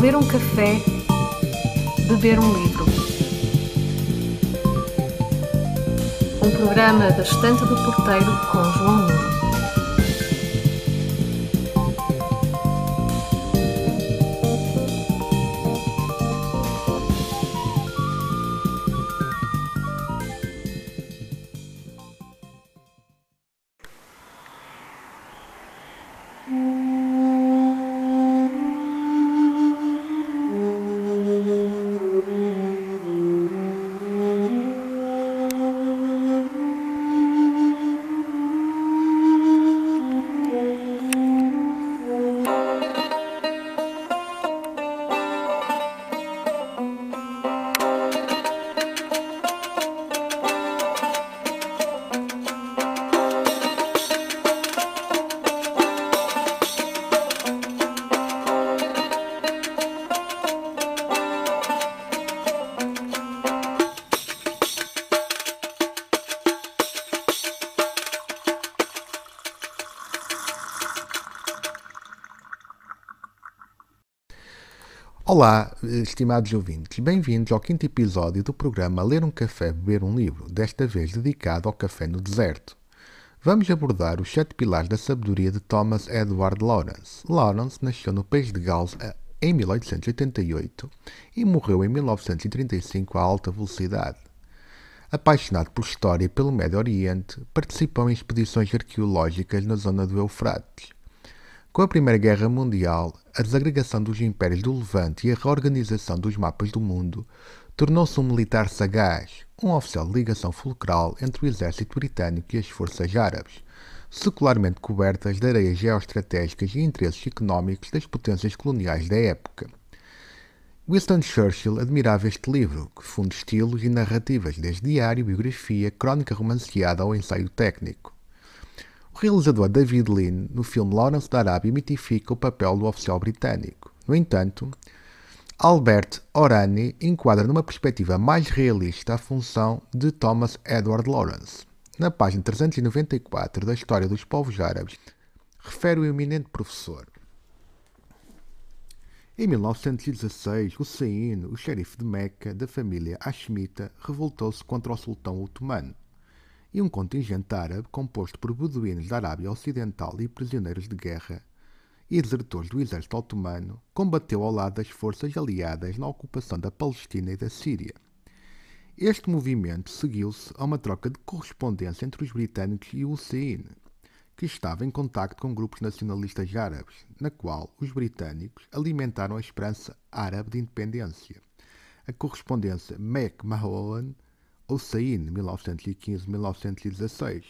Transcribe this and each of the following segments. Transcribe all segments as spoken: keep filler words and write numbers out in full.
Ler um café, beber um livro. Um programa da Estante do Porteiro com João Nuno. Olá, estimados ouvintes, bem-vindos ao quinto episódio do programa Ler um Café, Beber um Livro, desta vez dedicado ao café no deserto. Vamos abordar os sete pilares da sabedoria de Thomas Edward Lawrence. Lawrence nasceu no país de Gales em mil oitocentos e oitenta e oito e morreu em mil novecentos e trinta e cinco a alta velocidade. Apaixonado por história e pelo Médio Oriente, participou em expedições arqueológicas na zona do Eufrates. Com a Primeira Guerra Mundial, a desagregação dos impérios do Levante e a reorganização dos mapas do mundo, tornou-se um militar sagaz, um oficial de ligação fulcral entre o exército britânico e as forças árabes, secularmente cobertas de areias geoestratégicas e interesses económicos das potências coloniais da época. Winston Churchill admirava este livro, que funde estilos e narrativas, desde diário, biografia, crónica romanceada ao ensaio técnico. O realizador David Lean, no filme Lawrence da Arábia, mitifica o papel do oficial britânico. No entanto, Albert Hourani enquadra numa perspectiva mais realista a função de Thomas Edward Lawrence. Na página trezentos e noventa e quatro da História dos Povos Árabes, refere o eminente professor. Em mil novecentos e dezasseis, Hussein, o xerife de Meca da família Hashemita, revoltou-se contra o sultão otomano. E um contingente árabe, composto por beduínos da Arábia Ocidental e prisioneiros de guerra e desertores do exército otomano, combateu ao lado das forças aliadas na ocupação da Palestina e da Síria. Este movimento seguiu-se a uma troca de correspondência entre os britânicos e o Hussein, que estava em contacto com grupos nacionalistas árabes, na qual os britânicos alimentaram a esperança árabe de independência. A correspondência Mac-Mahon Hussein, mil novecentos e quinze a mil novecentos e dezasseis.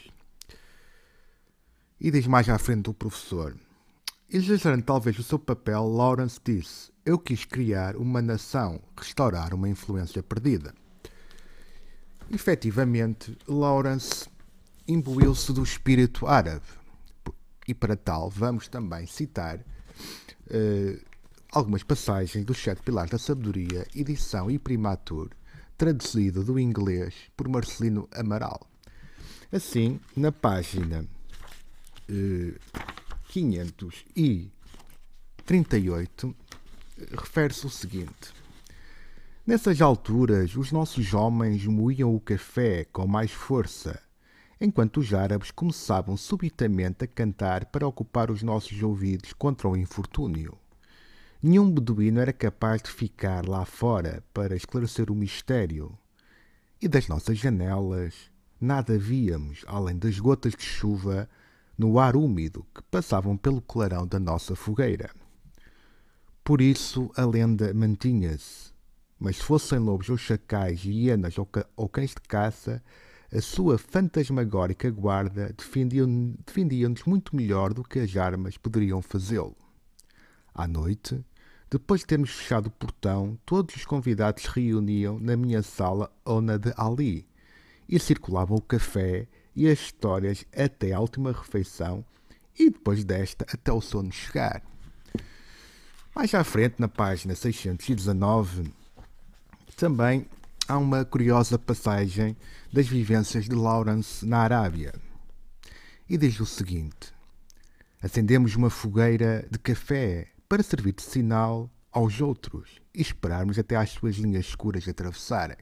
E diz mais à frente o professor. Exagerando talvez o seu papel, Lawrence disse: eu quis criar uma nação, restaurar uma influência perdida. Efetivamente, Lawrence imbuiu-se do espírito árabe. E para tal, vamos também citar uh, algumas passagens dos Sete Pilares da Sabedoria, edição e primatur, traduzido do inglês por Marcelino Amaral. Assim, na página eh, quinhentos e trinta e oito, refere-se o seguinte. Nessas alturas, os nossos homens moíam o café com mais força, enquanto os árabes começavam subitamente a cantar para ocupar os nossos ouvidos contra o infortúnio. Nenhum beduíno era capaz de ficar lá fora para esclarecer o mistério. E das nossas janelas, nada víamos além das gotas de chuva no ar úmido que passavam pelo clarão da nossa fogueira. Por isso a lenda mantinha-se. Mas se fossem lobos ou chacais, hienas ou, ca- ou cães de caça, a sua fantasmagórica guarda defendiam- defendiam-nos muito melhor do que as armas poderiam fazê-lo. À noite, depois de termos fechado o portão, todos os convidados se reuniam na minha sala ou na de Ali e circulavam o café e as histórias até à última refeição e depois desta até o sono chegar. Mais à frente, na página seiscentos e dezanove, também há uma curiosa passagem das vivências de Lawrence na Arábia. E diz o seguinte: acendemos uma fogueira de café para servir de sinal aos outros e esperarmos até às suas linhas escuras atravessarem.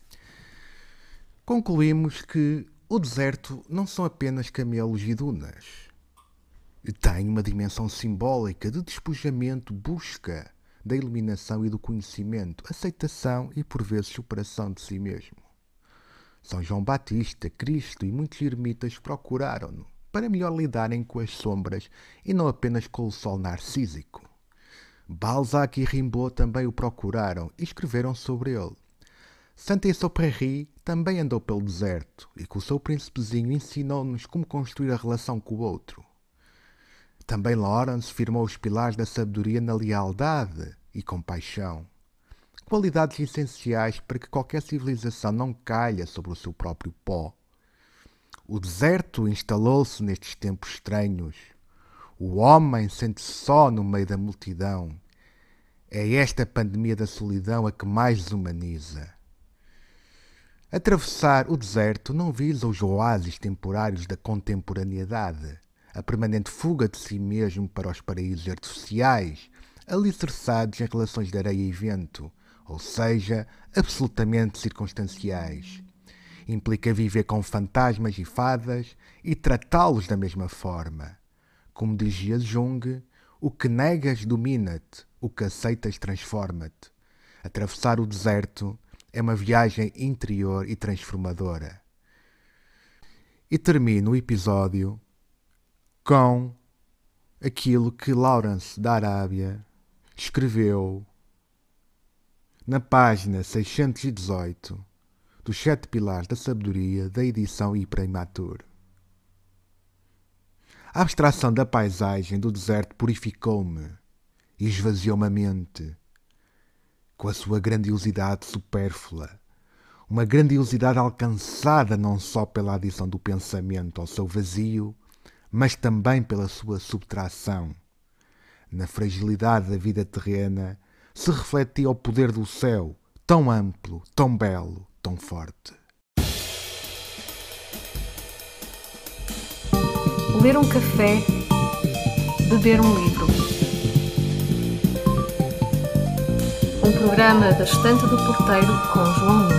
Concluímos que o deserto não são apenas camelos e dunas. Tem uma dimensão simbólica de despojamento, busca da iluminação e do conhecimento, aceitação e, por vezes, superação de si mesmo. São João Batista, Cristo e muitos ermitas procuraram-no para melhor lidarem com as sombras e não apenas com o sol narcísico. Balzac e Rimbaud também o procuraram e escreveram sobre ele. Saint-Exupéry também andou pelo deserto e com o seu príncipezinho ensinou-nos como construir a relação com o outro. Também Lawrence firmou os pilares da sabedoria na lealdade e compaixão, qualidades essenciais para que qualquer civilização não caia sobre o seu próprio pó. O deserto instalou-se nestes tempos estranhos. O homem sente-se só no meio da multidão. É esta pandemia da solidão a que mais desumaniza. Atravessar o deserto não visa os oásis temporários da contemporaneidade, a permanente fuga de si mesmo para os paraísos artificiais, alicerçados em relações de areia e vento, ou seja, absolutamente circunstanciais. Implica viver com fantasmas e fadas e tratá-los da mesma forma. Como dizia Jung, o que negas domina-te, o que aceitas transforma-te. Atravessar o deserto é uma viagem interior e transformadora. E termino o episódio com aquilo que Lawrence da Arábia escreveu na página seiscentos e dezoito dos Sete Pilares da Sabedoria da edição Hyper-Immature. A abstração da paisagem do deserto purificou-me e esvaziou-me a mente com a sua grandiosidade supérflua, uma grandiosidade alcançada não só pela adição do pensamento ao seu vazio, mas também pela sua subtração. Na fragilidade da vida terrena se refletia o poder do céu, tão amplo, tão belo, tão forte. Ler um café, beber um livro. Um programa da Estante do Porteiro com João Nunes.